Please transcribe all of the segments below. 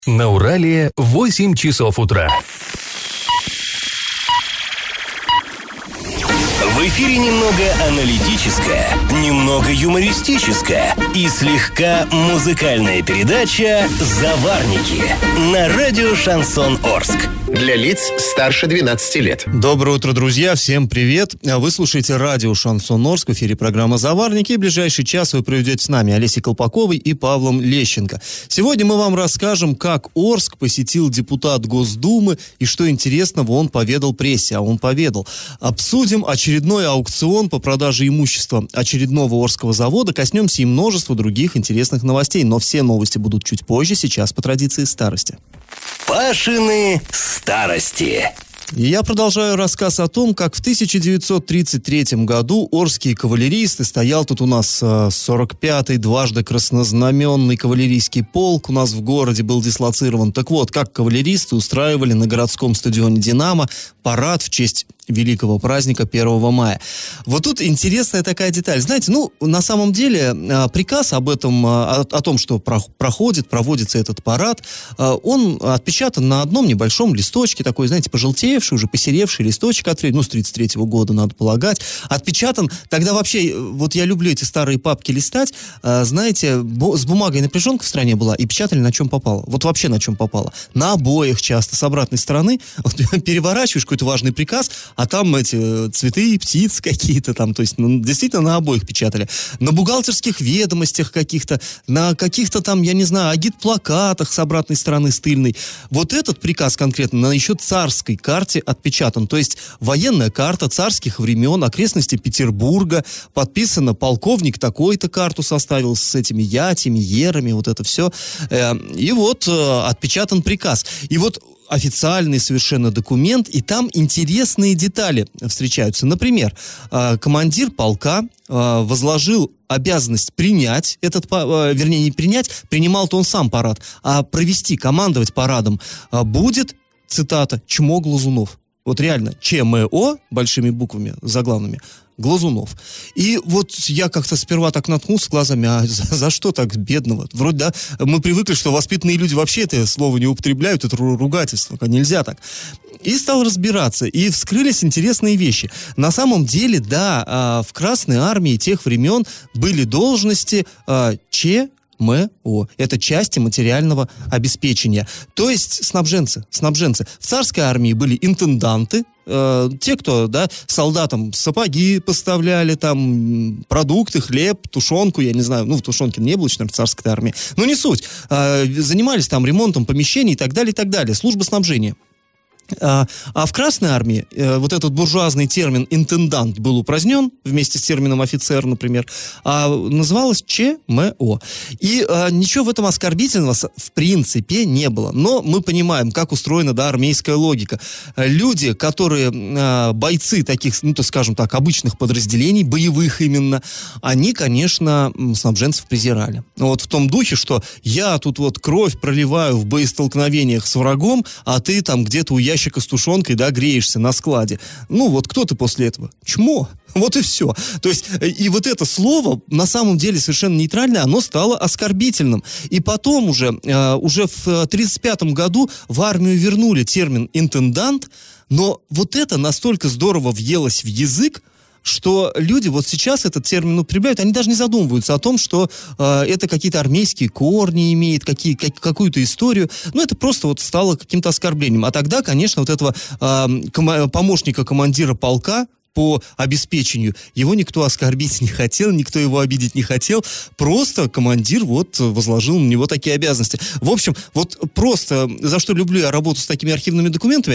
На Урале 8 часов утра. В эфире немного аналитическая, немного юмористическая и слегка музыкальная передача «Заварники» на радио «Шансон Орск». Для лиц старше 12 лет. Доброе утро, друзья, всем привет. Вы слушаете радио «Шансон Орск», в эфире программа «Заварники». И ближайший час вы проведете с нами Олесей Колпаковой и Павлом Лещенко. Сегодня мы вам расскажем, как Орск посетил депутат Госдумы и что интересного он поведал прессе. А он поведал. Обсудим очередной аукцион по продаже имущества очередного Орского завода. Коснемся и множества других интересных новостей. Но все новости будут чуть позже, сейчас по традиции старости. Пашины старости. И я продолжаю рассказ о том, как в 1933 году орские кавалеристы, стоял тут у нас 45-й дважды краснознаменный кавалерийский полк у нас в городе был дислоцирован. Так вот, как кавалеристы устраивали на городском стадионе «Динамо» парад в честь великого праздника 1 мая. Вот тут интересная такая деталь. Знаете, на самом деле приказ об этом, о том, что проводится этот парад, он отпечатан на одном небольшом листочке, такой, знаете, пожелтевший, уже посеревший листочек с 33-го года, надо полагать. Отпечатан, тогда вообще, вот я люблю эти старые папки листать, знаете, с бумагой напряженка в стране была, и печатали на чем попало. Вот вообще на чем попало. На обоях часто, с обратной стороны, вот, переворачиваешь какой-то важный приказ, а там эти цветы и птицы какие-то там, то есть действительно на обоих печатали. На бухгалтерских ведомостях каких-то, на каких-то там, я не знаю, агитплакатах с обратной стороны, с тыльной. Вот этот приказ конкретно на еще царской карте отпечатан. То есть военная карта царских времен, окрестности Петербурга, подписано полковник такой-то карту составил с этими ятями, ерами, вот это все. И вот отпечатан приказ. И вот официальный совершенно документ, и там интересные детали встречаются. Например, командир полка возложил обязанность принять вернее, не принять, принимал-то он сам парад, а провести, командовать парадом будет, цитата, «Чмо Глазунов». Вот реально, ЧМО, большими буквами, заглавными, Глазунов. И вот я как-то сперва так наткнулся глазами, а за что так бедного? Вроде, да, мы привыкли, что воспитанные люди вообще это слово не употребляют, это ругательство, нельзя так. И стал разбираться, и вскрылись интересные вещи. На самом деле, да, в Красной армии тех времен были должности ЧМО. Это части материального обеспечения. То есть снабженцы. В царской армии были интенданты, те, кто, да, солдатам сапоги поставляли, там, продукты, хлеб, тушенку, я не знаю, в тушенке не было, наверное, в царской армии, но не суть. Занимались там ремонтом помещений и так далее, служба снабжения. А в Красной армии вот этот буржуазный термин «интендант» был упразднен вместе с термином «офицер», например, а называлось ЧМО. И ничего в этом оскорбительного в принципе не было. Но мы понимаем, как устроена, да, армейская логика. Люди, которые бойцы таких, скажем так, обычных подразделений, боевых именно, они, конечно, снабженцев презирали. Вот в том духе, что я тут вот кровь проливаю в боестолкновениях с врагом, а ты там где-то у ящика с тушенкой, да, греешься на складе. Вот кто ты после этого? Чмо. Вот и все. То есть, и вот это слово, на самом деле, совершенно нейтральное, оно стало оскорбительным. И потом уже в 1935 году в армию вернули термин «интендант», но вот это настолько здорово въелось в язык, что люди вот сейчас этот термин употребляют, они даже не задумываются о том, что это какие-то армейские корни имеет, какую-то историю. Это просто вот стало каким-то оскорблением. А тогда, конечно, вот этого помощника командира полка по обеспечению, его никто оскорбить не хотел, никто его обидеть не хотел, просто командир вот возложил на него такие обязанности. В общем, вот просто, за что люблю я работу с такими архивными документами,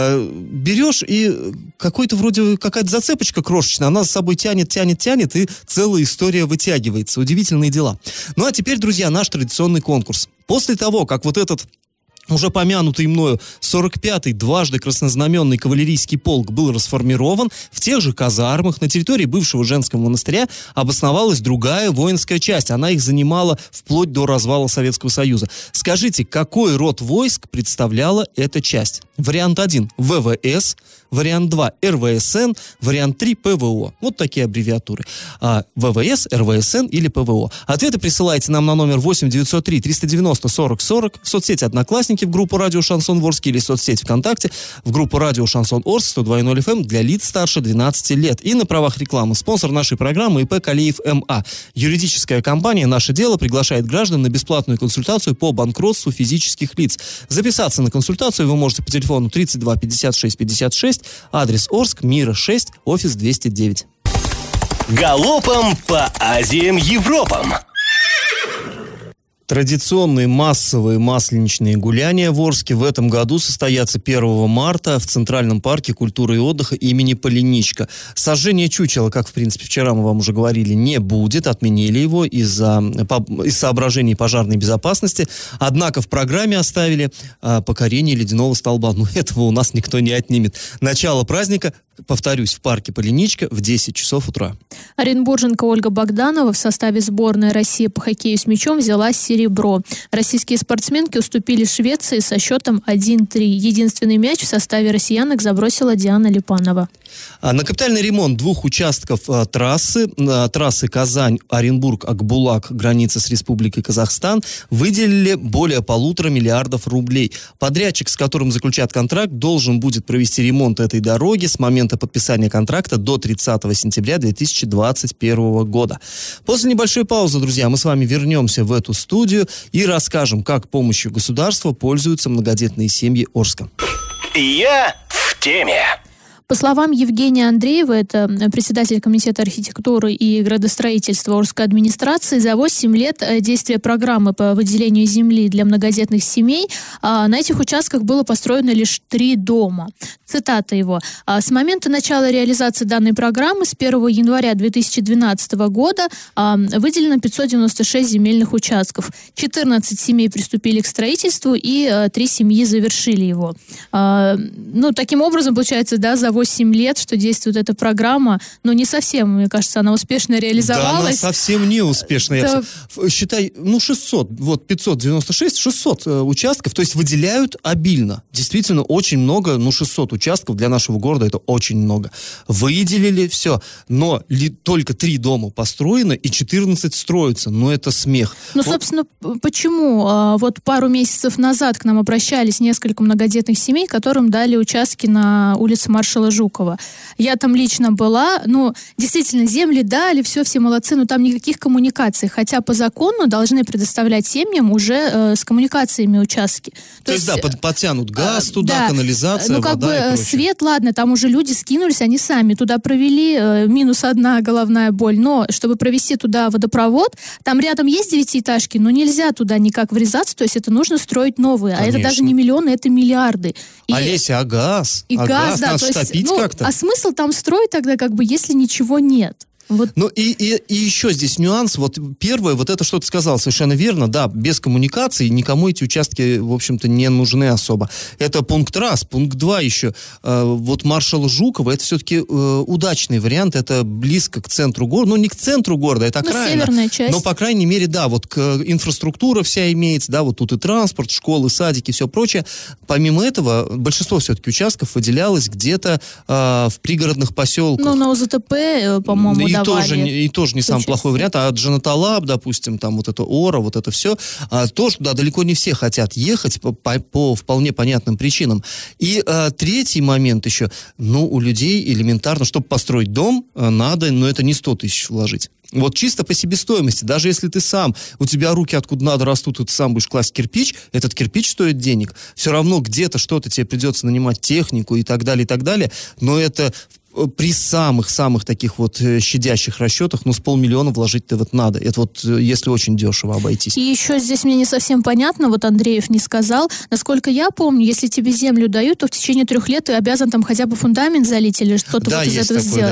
берешь и какая-то зацепочка крошечная, она за собой тянет, и целая история вытягивается. Удивительные дела. А теперь, друзья, наш традиционный конкурс. После того, как вот этот уже помянутый мною 45-й дважды краснознаменный кавалерийский полк был расформирован. В тех же казармах на территории бывшего женского монастыря обосновалась другая воинская часть. Она их занимала вплоть до развала Советского Союза. Скажите, какой род войск представляла эта часть? Вариант 1 – ВВС, вариант 2 – РВСН, вариант 3 – ПВО. Вот такие аббревиатуры. ВВС, РВСН или ПВО. Ответы присылайте нам на номер 8 903 390 40 40 в соцсети «Одноклассники» в группу «Радио Шансон Орск» или соцсеть ВКонтакте в группу «Радио Шансон Орск» 102.0 FM для лиц старше 12 лет. И на правах рекламы спонсор нашей программы ИП Калиев МА. Юридическая компания «Наше дело» приглашает граждан на бесплатную консультацию по банкротству физических лиц. Записаться на консультацию вы можете по телефону 32 56 56, адрес Орск, Мира 6, офис 209. Галопом по Азиям, Европам. Традиционные массовые масленичные гуляния в Орске в этом году состоятся 1 марта в Центральном парке культуры и отдыха имени Полиничка. Сожжение чучела, как, в принципе, вчера мы вам уже говорили, не будет. Отменили его из соображений пожарной безопасности. Однако в программе оставили покорение ледяного столба. Но этого у нас никто не отнимет. Начало праздника, повторюсь, в парке Полиничка в 10 часов утра. Оренбурженка Ольга Богданова в составе сборной России по хоккею с мячом взяла серебро. Российские спортсменки уступили Швеции со счетом 1-3. Единственный мяч в составе россиянок забросила Диана Липанова. На капитальный ремонт 2 участков трассы Казань-Оренбург-Акбулак, граница с Республикой Казахстан, выделили более 1,5 миллиарда рублей. Подрядчик, с которым заключат контракт, должен будет провести ремонт этой дороги с момента подписания контракта до 30 сентября 2021 года. После небольшой паузы, друзья, мы с вами вернемся в эту студию и расскажем, как помощью государства пользуются многодетные семьи Орска. Я в теме. По словам Евгения Андреева, это председатель комитета архитектуры и градостроительства Орской администрации, за 8 лет действия программы по выделению земли для многодетных семей на этих участках было построено лишь 3 дома. Цитата его. С момента начала реализации данной программы с 1 января 2012 года выделено 596 земельных участков. 14 семей приступили к строительству и 3 семьи завершили его. Таким образом, получается, за 8 лет, что действует эта программа, но не совсем, мне кажется, она успешно реализовалась. Да, она совсем не успешная. Считай, 600 участков, то есть выделяют обильно. Действительно, очень много, 600 участков для нашего города, это очень много. Выделили все, но только 3 дома построено и 14 строятся, это смех. Собственно, почему? Пару месяцев назад к нам обращались несколько многодетных семей, которым дали участки на улице Маршала Жукова. Я там лично была, действительно, земли дали, все молодцы, но там никаких коммуникаций, хотя по закону должны предоставлять семьям уже с коммуникациями участки. То есть, подтянут газ туда, канализация, вода и прочее. Свет, ладно, там уже люди скинулись, они сами туда провели, -1 головная боль, но чтобы провести туда водопровод, там рядом есть 9-этажки, но нельзя туда никак врезаться, то есть это нужно строить новые, Конечно. А это даже не миллионы, это миллиарды. Олеся, газ? Газ, да, надо штопить как-то. А смысл там строить тогда, если ничего нет? И еще здесь нюанс. Первое, это, что ты сказал, совершенно верно. Да, без коммуникации никому эти участки, в общем-то, не нужны особо. Это пункт раз. Пункт 2 еще. Маршал Жукова, это все-таки удачный вариант. Это близко к центру города. Не к центру города, это окраина. Северная часть. Но, по крайней мере, да, инфраструктура вся имеется, да, тут и транспорт, школы, садики, все прочее. Помимо этого, большинство все-таки участков выделялось где-то в пригородных поселках. На ОЗТП, по-моему, И тоже не самый плохой вариант. А Джанаталаб, допустим, там это Ора, это все, тоже туда далеко не все хотят ехать по вполне понятным причинам. И третий момент еще, у людей элементарно, чтобы построить дом, надо, это не 100 тысяч вложить. Чисто по себестоимости, даже если ты сам, у тебя руки откуда надо растут, и ты сам будешь класть кирпич, этот кирпич стоит денег. Все равно где-то что-то тебе придется нанимать технику и так далее, но это при самых таких щадящих расчетах, с 500 000 вложить-то надо. Это если очень дешево обойтись. И еще здесь мне не совсем понятно, Андреев не сказал, насколько я помню, если тебе землю дают, то в течение 3 лет ты обязан там хотя бы фундамент залить или что-то из этого сделать.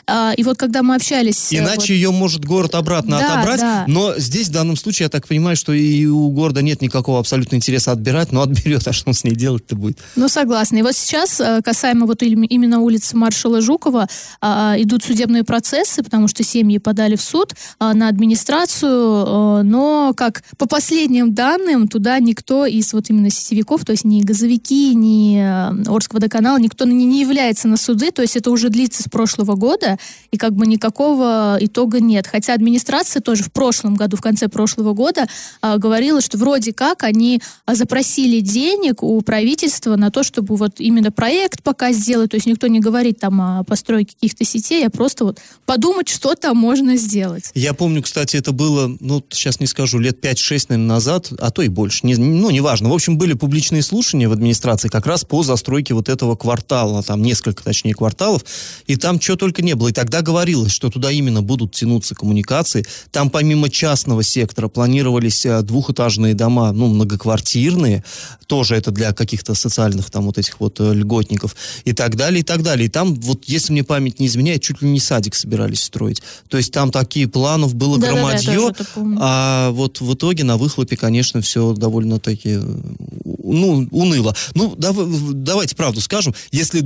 И вот когда мы общались... Иначе ее может город обратно отобрать, но здесь в данном случае, я так понимаю, что и у города нет никакого абсолютно интереса отбирать, но отберет, а что он с ней делать-то будет? Ну, согласна. И вот сейчас, касаемо вот именно улицы маршала Жукова, идут судебные процессы, потому что семьи подали в суд на администрацию, но, как по последним данным, туда никто из вот именно сетевиков, то есть ни газовики, ни Орскводоканал, никто не является на суды, то есть это уже длится с прошлого года, и как бы никакого итога нет. Хотя администрация тоже в прошлом году, в конце прошлого года, говорила, что вроде как они запросили денег у правительства на то, чтобы вот именно проект пока сделать, то есть никто не говорит там о постройке каких-то сетей, а просто вот подумать, что там можно сделать. Я помню, кстати, это было, сейчас не скажу, лет 5-6, наверное, назад, а то и больше, неважно. В общем, были публичные слушания в администрации как раз по застройке вот этого квартала, там несколько, точнее, кварталов, и там чего только не было. И тогда говорилось, что туда именно будут тянуться коммуникации. Там помимо частного сектора планировались двухэтажные дома, многоквартирные, тоже это для каких-то социальных там вот этих вот льготников и так далее, и так далее. И там вот, если мне память не изменяет, чуть ли не садик собирались строить. То есть там такие планов было громадье, а вот в итоге на выхлопе, конечно, все довольно-таки уныло. Давайте правду скажем, если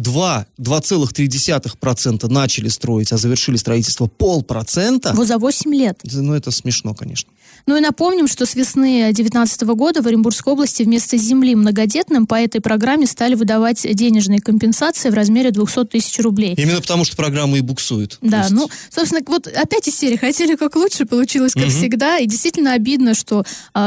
2,3% начали строить, а завершили строительство 0,5%... Вот за 8 лет. Это смешно, конечно. И напомним, что с весны 2019 года в Оренбургской области вместо земли многодетным по этой программе стали выдавать денежные компенсации в размере 200 тысяч рублей. Именно потому, что программа и буксует. Да, собственно, вот опять из серии хотели как лучше, получилось как всегда, и действительно обидно, что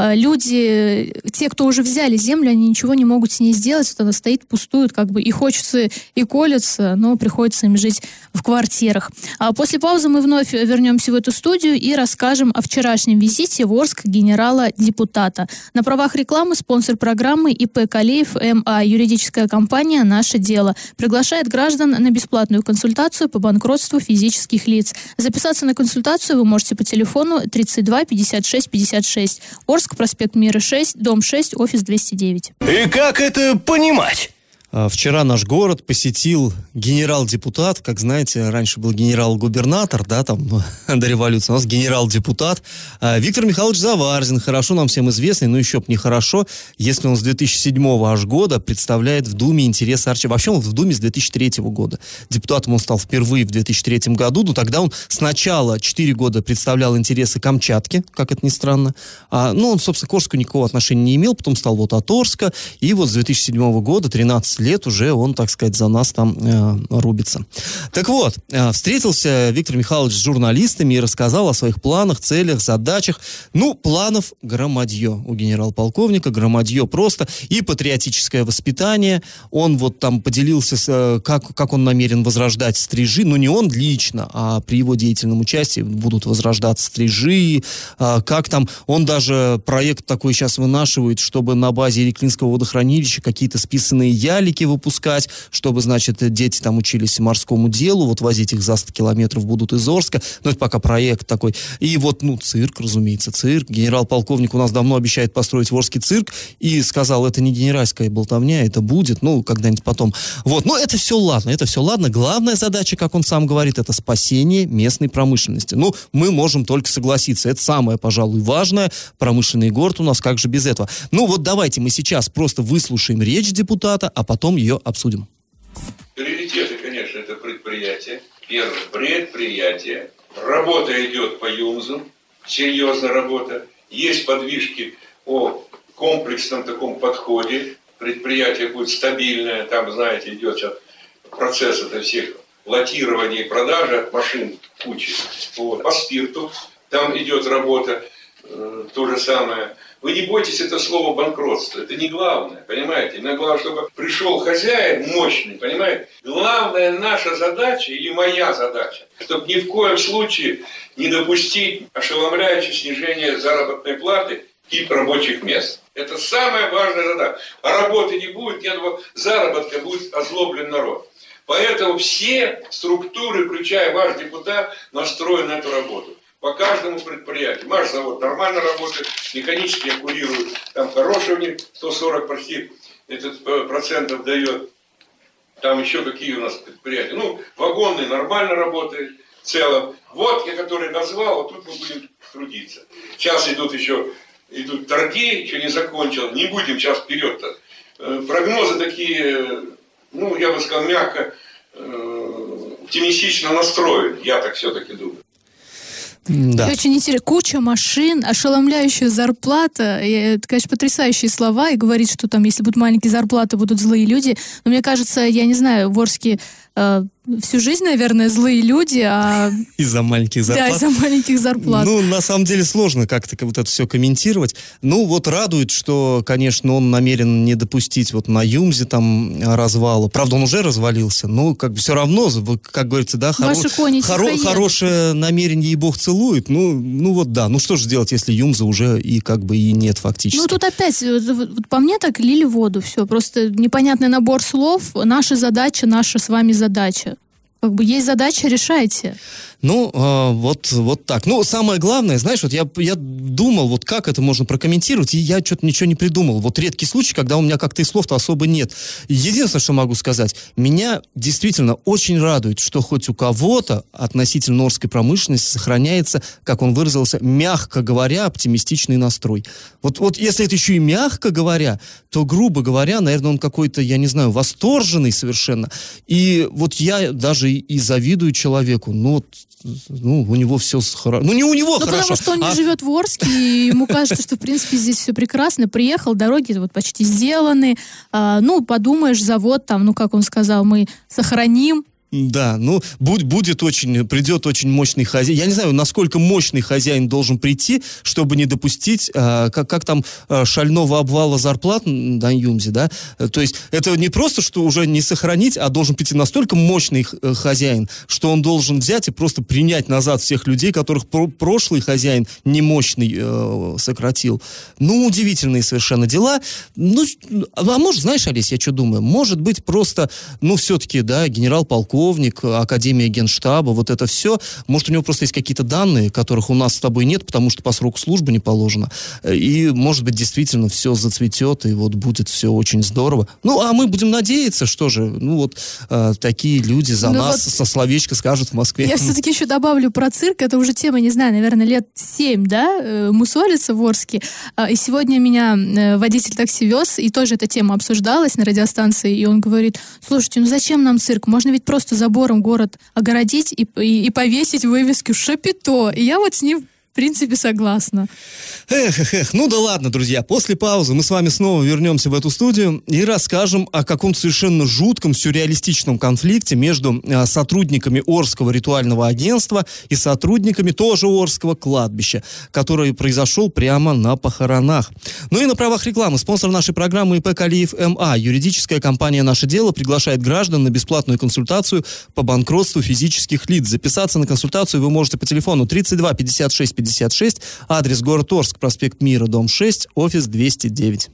люди, те, кто уже взяли землю, они ничего не могут с ней сделать, она стоит, пустует, как бы и хочется, и колется, но приходится им жить в квартирах. А после паузы мы вновь вернемся в эту студию и расскажем о вчерашнем визите в Орск генерала-депутата. На правах рекламы спонсор программы ИП Калеев МА, юридическая компания «Наше дело». Приглашает граждан на бесплатную консультацию по банкротству физических лиц. Записаться на консультацию вы можете по телефону 32 56 56. Орск, проспект Мира 6, дом 6, офис 209. И как это понимать? Вчера наш город посетил генерал-депутат, как знаете, раньше был генерал-губернатор, до революции, у нас генерал-депутат Виктор Михайлович Заварзин, хорошо нам всем известный, но еще бы нехорошо, если он с 2007 аж года представляет в Думе интересы Арчи. Вообще он в Думе с 2003 года. Депутатом он стал впервые в 2003 году, но тогда он сначала 4 года представлял интересы Камчатки, как это ни странно. Он, собственно, к Орску никакого отношения не имел, потом стал от Орска, и вот с 2007 года, 13 лет уже он, так сказать, за нас там рубится. Так вот, встретился Виктор Михайлович с журналистами и рассказал о своих планах, целях, задачах. Планов громадье у генерал-полковника, громадье просто. И патриотическое воспитание. Он там поделился, как он намерен возрождать стрижи. Не он лично, а при его деятельном участии будут возрождаться стрижи. Как там, он даже проект такой сейчас вынашивает, чтобы на базе Иреклинского водохранилища какие-то списанные ялики выпускать, чтобы, значит, дети там учились морскому делу, возить их за 100 километров будут из Орска. Это пока проект такой. И цирк, разумеется, цирк. Генерал-полковник у нас давно обещает построить в Орске цирк, и сказал, это не генеральская болтовня, это будет, когда-нибудь потом. Это все ладно. Главная задача, как он сам говорит, это спасение местной промышленности. Мы можем только согласиться. Это самое, пожалуй, важное. Промышленный город у нас, как же без этого? Давайте мы сейчас просто выслушаем речь депутата, а потом ее обсудим. Приоритеты, конечно, это предприятие. Первое, предприятие. Работа идет по ЮМЗу, серьезная работа. Есть подвижки о комплексном таком подходе. Предприятие будет стабильное. Там, знаете, идет сейчас процесс всех лотирования и продажи машин кучи. По спирту там идет работа. То же самое. Вы не бойтесь это слово банкротство. Это не главное, понимаете? Мне главное, чтобы пришел хозяин мощный, понимаете? Главная наша задача или моя задача, чтобы ни в коем случае не допустить ошеломляющее снижение заработной платы и рабочих мест. Это самая важная задача. А работы не будет, нет заработка, будет озлоблен народ. Поэтому все структуры, включая ваш депутат, настроены на эту работу. По каждому предприятию. Машзавод нормально работает, механически курирует, там хороший у них 140 почти процентов дает. Там еще какие у нас предприятия. Ну, вагонный нормально работает в целом. Вот я, который назвал, вот тут мы будем трудиться. Сейчас идут торги, еще не закончил. Не будем сейчас вперед-то. Прогнозы такие, ну, я бы сказал, мягко, оптимистично настроен. Я так все-таки думаю. Да. И очень интересно. Куча машин, ошеломляющая зарплата. И это, конечно, потрясающие слова. И говорит, что там, если будут маленькие зарплаты, будут злые люди. Но мне кажется, я не знаю, в Орске всю жизнь, наверное, злые люди, а... Из-за маленьких зарплат. Да, из-за маленьких зарплат. Ну, на самом деле сложно как-то вот это все комментировать. Ну, вот радует, что, конечно, он намерен не допустить вот на ЮМЗе там развала. Правда, он уже развалился, но как бы все равно, как говорится, да, хорошее намерение, и Бог целует. Ну вот да, ну что же делать, если ЮМЗа уже и как бы и нет фактически. Ну, тут опять, вот по мне так лили воду, все. Просто непонятный набор слов. Наша задача, наша с вами задача. Как бы есть задача, решайте. Ну, вот так. Ну, самое главное, знаешь, вот я думал, вот как это можно прокомментировать, и я что-то ничего не придумал. Вот редкий случай, когда у меня как-то и слов-то особо нет. Единственное, что могу сказать, меня действительно очень радует, что хоть у кого-то относительно Орской промышленности сохраняется, как он выразился, мягко говоря, оптимистичный настрой. Вот если это еще и мягко говоря, то, грубо говоря, наверное, он какой-то, я не знаю, восторженный совершенно. И вот я даже и завидую человеку. Ну, у него все хорошо. Ну, не у него хорошо. Потому что он не живет в Орске, и ему кажется, что, в принципе, здесь все прекрасно. Приехал, дороги вот почти сделаны. Подумаешь, завод там, ну, как он сказал, мы сохраним. Да, ну, придет очень мощный хозяин. Я не знаю, насколько мощный хозяин должен прийти, чтобы не допустить, как там, шального обвала зарплат на ЮМЗе, да? То есть это не просто, что уже не сохранить, а должен прийти настолько мощный хозяин, что он должен взять и просто принять назад всех людей, которых прошлый хозяин немощный сократил. Ну, удивительные совершенно дела. Ну, а может, знаешь, Олесь, я что думаю? Может быть, просто, ну, все-таки, да, генерал-полковник, Академия Генштаба, вот это все. Может, у него просто есть какие-то данные, которых у нас с тобой нет, потому что по сроку службы не положено. И, может быть, действительно все зацветет, и вот будет все очень здорово. Ну, а мы будем надеяться, что же, ну, вот такие люди за нас со словечко скажут в Москве. Я все-таки еще добавлю про цирк. Это уже тема, не знаю, наверное, лет 7, да, мусолится в Орске. И сегодня меня водитель такси вез, и тоже эта тема обсуждалась на радиостанции, и он говорит: слушайте, ну зачем нам цирк? Можно ведь просто забором город огородить и повесить вывеску «Шапито». И я вот с ним, в принципе, согласна. Ну да ладно, друзья, после паузы мы с вами снова вернемся в эту студию и расскажем о каком-то совершенно жутком, сюрреалистичном конфликте между сотрудниками Орского ритуального агентства и сотрудниками тоже Орского кладбища, который произошел прямо на похоронах. Ну и на правах рекламы спонсор нашей программы ИП Калиев МА. Юридическая компания «Наше дело» приглашает граждан на бесплатную консультацию по банкротству физических лиц. Записаться на консультацию вы можете по телефону 32 56 56, адрес город Орск, проспект Мира, дом 6, офис 209.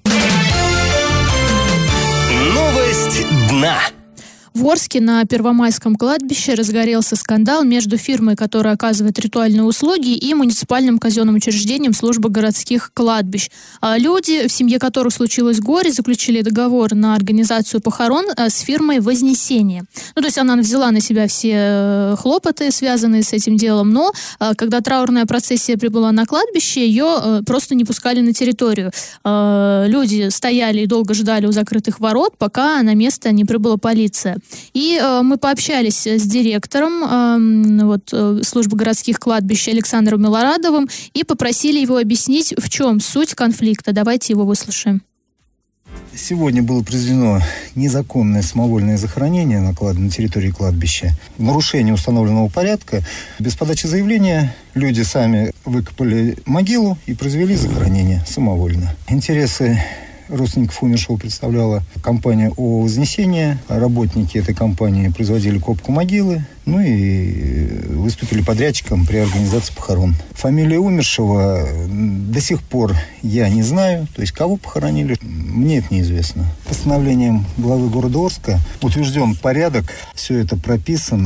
Новость дна. В Орске на Первомайском кладбище разгорелся скандал между фирмой, которая оказывает ритуальные услуги, и муниципальным казенным учреждением службы городских кладбищ. Люди, в семье которых случилось горе, заключили договор на организацию похорон с фирмой «Вознесение». Ну, то есть она взяла на себя все хлопоты, связанные с этим делом, но когда траурная процессия прибыла на кладбище, ее просто не пускали на территорию. Люди стояли и долго ждали у закрытых ворот, пока на место не прибыла полиция. И мы пообщались с директором службы городских кладбищ Александром Милорадовым и попросили его объяснить, в чем суть конфликта. Давайте его выслушаем. Сегодня было произведено незаконное самовольное захоронение на территории кладбища. Нарушение установленного порядка. Без подачи заявления люди сами выкопали могилу и произвели захоронение самовольно. Интересы родственников умершего представляла компания ООО «Вознесение». Работники этой компании производили копку могилы, ну и выступили подрядчиком при организации похорон. Фамилия умершего до сих пор я не знаю, то есть кого похоронили, мне это неизвестно. Постановлением главы города Орска утвержден порядок, все это прописано.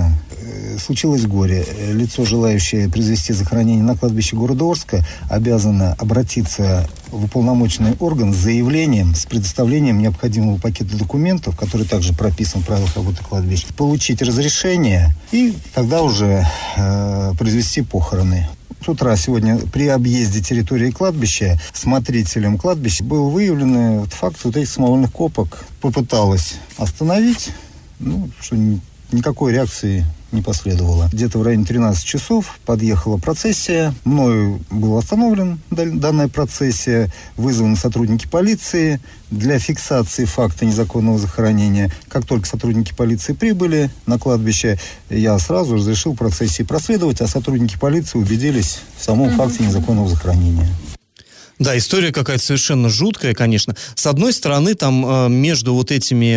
случилось горе. Лицо, желающее произвести захоронение на кладбище города Орска, обязано обратиться в уполномоченный орган с заявлением, с предоставлением необходимого пакета документов, который также прописан в правилах работы кладбищ, получить разрешение и тогда уже произвести похороны. С утра сегодня при объезде территории кладбища смотрителем кладбища был выявлен факт вот этих самовольных копок. Попыталась остановить, что никакой реакции не последовало. Где-то в районе 13 часов подъехала процессия. Мною был остановлен данная процессия. Вызваны сотрудники полиции для фиксации факта незаконного захоронения. Как только сотрудники полиции прибыли на кладбище, я сразу разрешил процессии проследовать, а сотрудники полиции убедились в самом факте незаконного захоронения. Да, история какая-то совершенно жуткая, конечно. С одной стороны, там между вот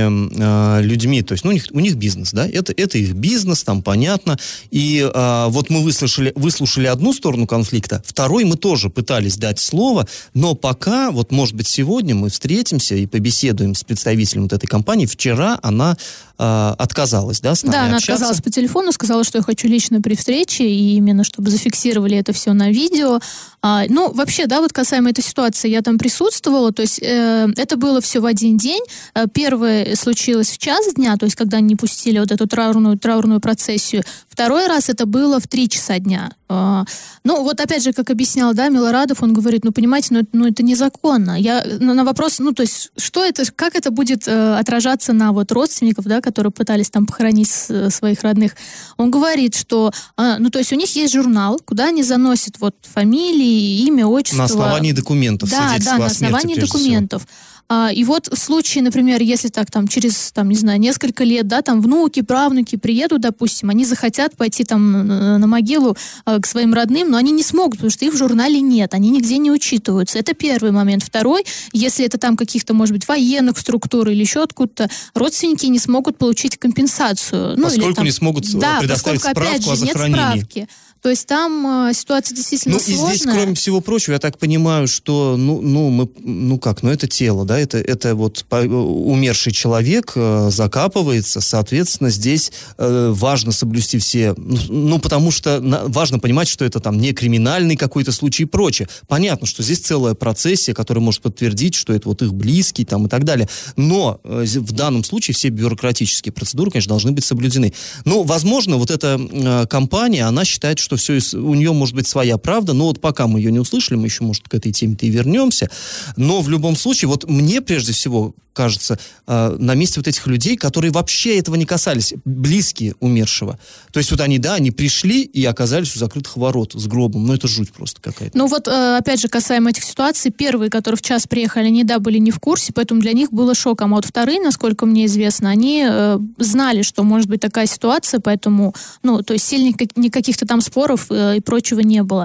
этими людьми, то есть у них бизнес, да, это их бизнес, там понятно. И вот мы выслушали одну сторону конфликта, второй мы тоже пытались дать слово, но пока, вот может быть сегодня мы встретимся и побеседуем с представителем вот этой компании. Вчера она отказалась, да, с нами Да, она общаться. отказалась по телефону, сказала, что я хочу лично при встрече, и именно чтобы зафиксировали это все на видео. Вообще, да, вот касаемо этой ситуации, я там присутствовала, то есть это было все в один день. Первое случилось в 1:00 дня, то есть когда они пустили вот эту траурную процессию. Второй раз это было в 3 часа дня. Вот опять же, как объяснял, да, Милорадов, он говорит, понимаете, это незаконно. Я на вопрос, то есть, что это, как это будет отражаться на вот родственников, да, которые пытались там похоронить своих родных, он говорит, что, то есть у них есть журнал, куда они заносят вот фамилии, имя, отчество. На основании документов, свидетельства о смерти, на основании документов. И вот в случае, например, если через, несколько лет, да, там внуки, правнуки приедут, допустим, они захотят пойти там на могилу к своим родным, но они не смогут, потому что их в журнале нет, они нигде не учитываются. Это первый момент. Второй, если это там каких-то, может быть, военных структур или еще откуда-то, родственники не смогут получить компенсацию. Поскольку не смогут предоставить справку опять же, о захоронении. Нет справки. То есть там ситуация действительно сложная. И здесь, кроме всего прочего, я так понимаю, что, это тело, да, это вот умерший человек закапывается, соответственно, здесь важно соблюсти все, потому что важно понимать, что это там не криминальный какой-то случай и прочее. Понятно, что здесь целая процессия, которая может подтвердить, что это вот их близкий там и так далее. Но в данном случае все бюрократические процедуры, конечно, должны быть соблюдены. Возможно, вот эта компания, она считает, что все, у нее может быть своя правда, но вот пока мы ее не услышали, мы еще, может, к этой теме-то и вернемся. Но в любом случае, вот мне прежде всего кажется, на месте вот этих людей, которые вообще этого не касались, близкие умершего. То есть вот они пришли и оказались у закрытых ворот с гробом. Это жуть просто какая-то. Опять же, касаемо этих ситуаций, первые, которые в час приехали, они, были не в курсе, поэтому для них было шоком. А вот вторые, насколько мне известно, они знали, что может быть такая ситуация, поэтому, то есть сильных никаких-то там споров и прочего не было.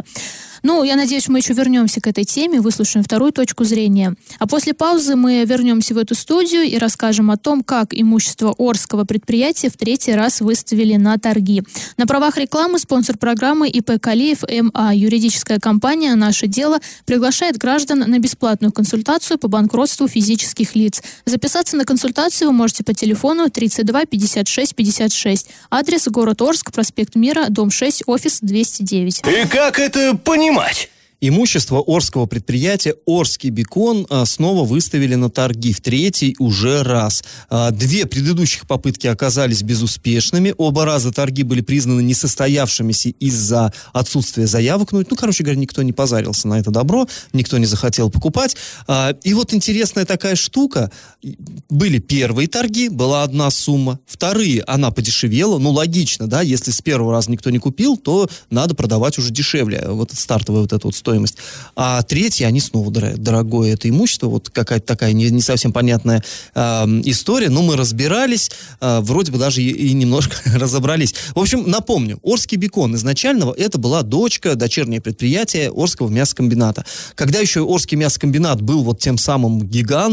Я надеюсь, мы еще вернемся к этой теме, выслушаем вторую точку зрения. А после паузы мы вернемся в эту студию и расскажем о том, как имущество Орского предприятия в 3-й раз выставили на торги. На правах рекламы спонсор программы ИП Калиев МА. Юридическая компания «Наше дело» приглашает граждан на бесплатную консультацию по банкротству физических лиц. Записаться на консультацию вы можете по телефону 32 56 56. Адрес: город Орск, проспект Мира, дом 6, офис 209. И как это понимать? Имущество Орского предприятия «Орский бекон» снова выставили на торги в 3-й уже раз. 2 предыдущих попытки оказались безуспешными. Оба раза торги были признаны несостоявшимися из-за отсутствия заявок. Никто не позарился на это добро, никто не захотел покупать. И вот интересная такая штука. Были первые торги, была одна сумма. Вторые, она подешевела. Логично, да, если с первого раза никто не купил, то надо продавать уже дешевле. Вот стартовая вот эта вот стоимость. А 3-й, они снова дорогое это имущество. Вот какая-то такая не совсем понятная история. Но мы разбирались, вроде бы даже и немножко разобрались. В общем, напомню, Орский бекон изначально это была дочернее предприятие Орского мясокомбината. Когда еще Орский мясокомбинат был вот тем самым гигантом,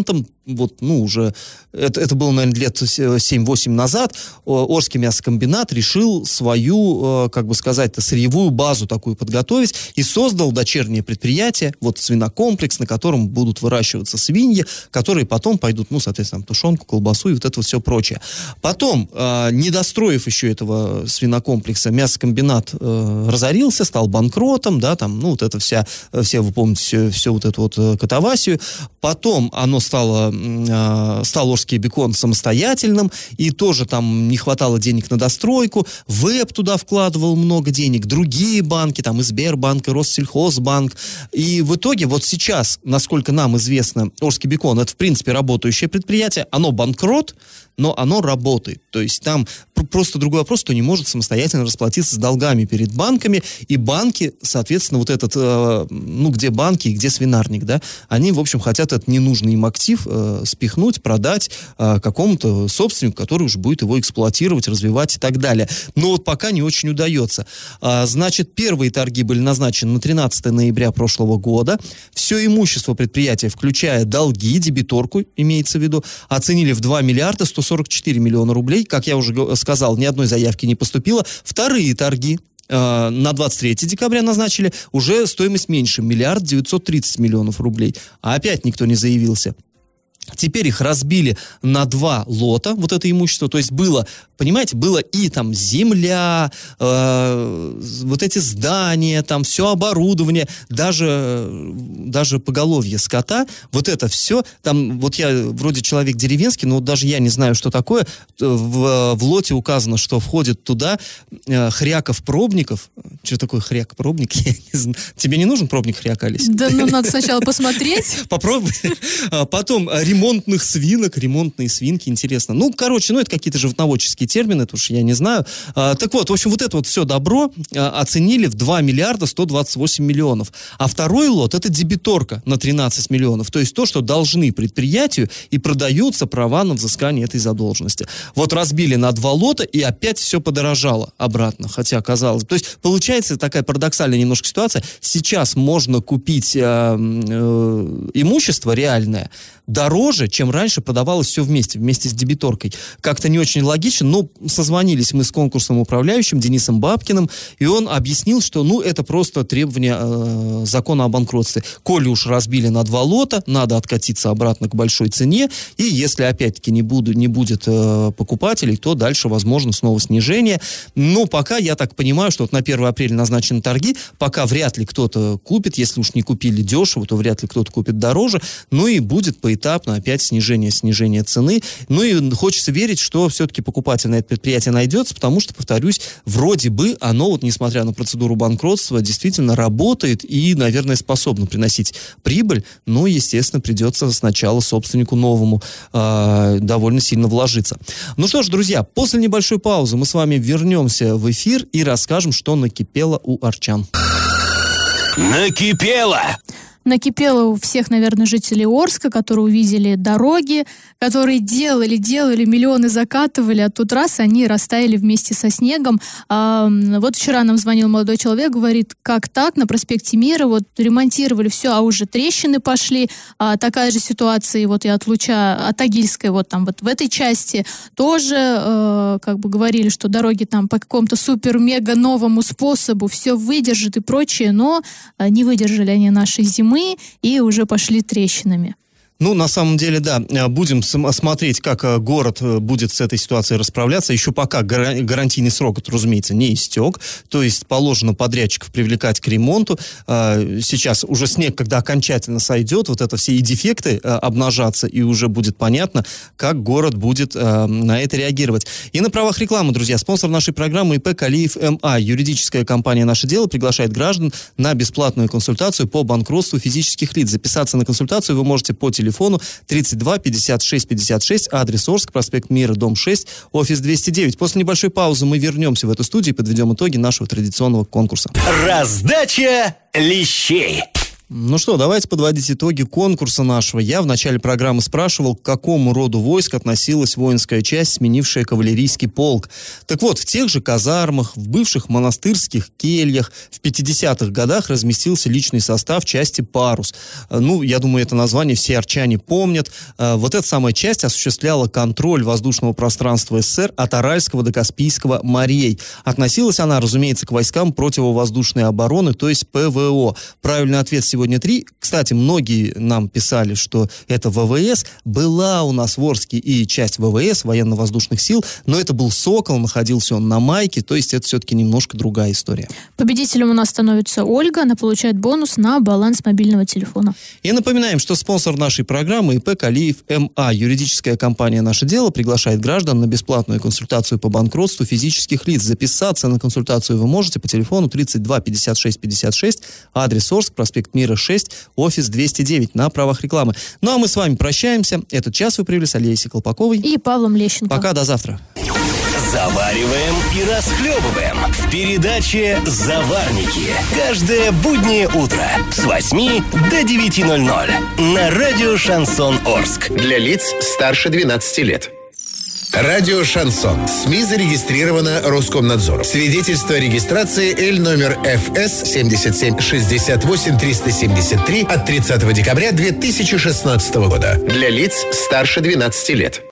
вот, уже, это было, наверное, лет 7-8 назад, Орский мясокомбинат решил свою, сырьевую базу такую подготовить и создал дочернее предприятие, вот свинокомплекс, на котором будут выращиваться свиньи, которые потом пойдут, соответственно, тушенку, колбасу и вот это вот все прочее. Потом, не достроив еще этого свинокомплекса, мясокомбинат разорился, стал банкротом, да, вот это все вы помните, все вот эту вот катавасию. Потом оно стал Орский бекон самостоятельным, и тоже там не хватало денег на достройку. ВЭБ туда вкладывал много денег, другие банки, там и Сбербанк, и Россельхозбанк. И в итоге вот сейчас, насколько нам известно, Орский бекон — это, в принципе, работающее предприятие, оно банкрот, но оно работает. То есть там просто другой вопрос, что не может самостоятельно расплатиться с долгами перед банками, и банки, соответственно, вот этот, где банки и где свинарник, да, они, в общем, хотят этот ненужный им актив спихнуть, продать какому-то собственнику, который уже будет его эксплуатировать, развивать и так далее. Но вот пока не очень удается. Значит, первые торги были назначены на 13 ноября прошлого года. Все имущество предприятия, включая долги, дебиторку, имеется в виду, оценили в 2 миллиарда 144 миллиона рублей. Как я уже сказал, ни одной заявки не поступило. Вторые торги на 23 декабря назначили, уже стоимость меньше, 1 930 000 000 рублей. А опять никто не заявился. Теперь их разбили на 2 лота, вот это имущество. То есть было, понимаете, было и там земля, вот эти здания, там все оборудование, даже поголовье скота, вот это все. Там, вот я вроде человек деревенский, но вот даже я не знаю, что такое. В лоте указано, что входит туда хряков-пробников. Что такое хряк-пробник? Я не знаю. Тебе не нужен пробник хряка, Олеся? Да, надо сначала посмотреть. Попробуй. Потом ремонтных свинок, ремонтные свинки, интересно. Это какие-то животноводческие термины, это уж я не знаю. Так вот, в общем, вот это вот все добро оценили в 2 миллиарда 128 миллионов. А второй лот — это дебиторка на 13 миллионов. То есть то, что должны предприятию, и продаются права на взыскание этой задолженности. Вот разбили на 2 лота, и опять все подорожало обратно. Хотя, казалось бы. То есть получается такая парадоксальная немножко ситуация. Сейчас можно купить имущество реальное дороже, чем раньше продавалось все вместе с дебиторкой. Как-то не очень логично, но созвонились мы с конкурсным управляющим Денисом Бабкиным, и он объяснил, что, это просто требование закона о банкротстве. Коли уж разбили на 2 лота, надо откатиться обратно к большой цене, и если, опять-таки, не будет покупателей, то дальше, возможно, снова снижение. Но пока, я так понимаю, что вот на 1 апреля назначены торги, пока вряд ли кто-то купит, если уж не купили дешево, то вряд ли кто-то купит дороже, и будет поэтапно опять снижение цены. И хочется верить, что все-таки покупатель на это предприятие найдется, потому что, повторюсь, вроде бы оно, несмотря на процедуру банкротства, действительно работает и, наверное, способно приносить прибыль, но, естественно, придется сначала собственнику новому довольно сильно вложиться. Ну что ж, друзья, после небольшой паузы мы с вами вернемся в эфир и расскажем, что накипело у арчан. Накипело! Накипело у всех, наверное, жителей Орска, которые увидели дороги, которые делали, миллионы закатывали, а тут раз они растаяли вместе со снегом. Вот вчера нам звонил молодой человек, говорит, как так, на проспекте Мира, ремонтировали все, а уже трещины пошли. Такая же ситуация и от Тагильской, в этой части тоже говорили, что дороги там по какому-то супер-мега новому способу все выдержат и прочее, но не выдержали они нашей зимы и уже пошли трещинами. На самом деле, да, будем смотреть, как город будет с этой ситуацией расправляться. Еще пока гарантийный срок, разумеется, не истек. То есть положено подрядчиков привлекать к ремонту. Сейчас уже снег, когда окончательно сойдет, вот это все и дефекты обнажатся, и уже будет понятно, как город будет на это реагировать. И на правах рекламы, друзья, спонсор нашей программы ИП Калиев МА. Юридическая компания «Наше дело» приглашает граждан на бесплатную консультацию по банкротству физических лиц. Записаться на консультацию вы можете по телефону 32 56 56, адрес Орск, проспект Мира, дом 6, офис 209. После небольшой паузы мы вернемся в эту студию и подведем итоги нашего традиционного конкурса. Раздача лещей. Ну что, давайте подводить итоги конкурса нашего. Я в начале программы спрашивал, к какому роду войск относилась воинская часть, сменившая кавалерийский полк. Так вот, в тех же казармах, в бывших монастырских кельях в 50-х годах разместился личный состав части «Парус». Ну, я думаю, это название все арчане помнят. Вот эта самая часть осуществляла контроль воздушного пространства СССР от Аральского до Каспийского морей. Относилась она, разумеется, к войскам противовоздушной обороны, то есть ПВО. Правильный ответ сегодня 3. Кстати, многие нам писали, что это ВВС. Была у нас в Орске и часть ВВС, военно-воздушных сил, но это был «Сокол», находился он на Майке, то есть это все-таки немножко другая история. Победителем у нас становится Ольга. Она получает бонус на баланс мобильного телефона. И напоминаем, что спонсор нашей программы ИП «Калиев МА». Юридическая компания «Наше дело» приглашает граждан на бесплатную консультацию по банкротству физических лиц. Записаться на консультацию вы можете по телефону 32 56 56, адрес Орск, проспект Мира 6, офис 209 на правах рекламы. Ну а мы с вами прощаемся. Этот час вы провели с Олесей Колпаковой и Павлом Лещенко. Пока, до завтра. Завариваем и расхлебываем в передаче «Заварники». Каждое буднее утро с 8 до 9:00 на радио «Шансон Орск». Для лиц старше 12 лет. Радио «Шансон». СМИ зарегистрировано Роскомнадзором. Свидетельство о регистрации Л номер ФС 77 68 373 от 30 декабря 2016 года. Для лиц старше 12 лет.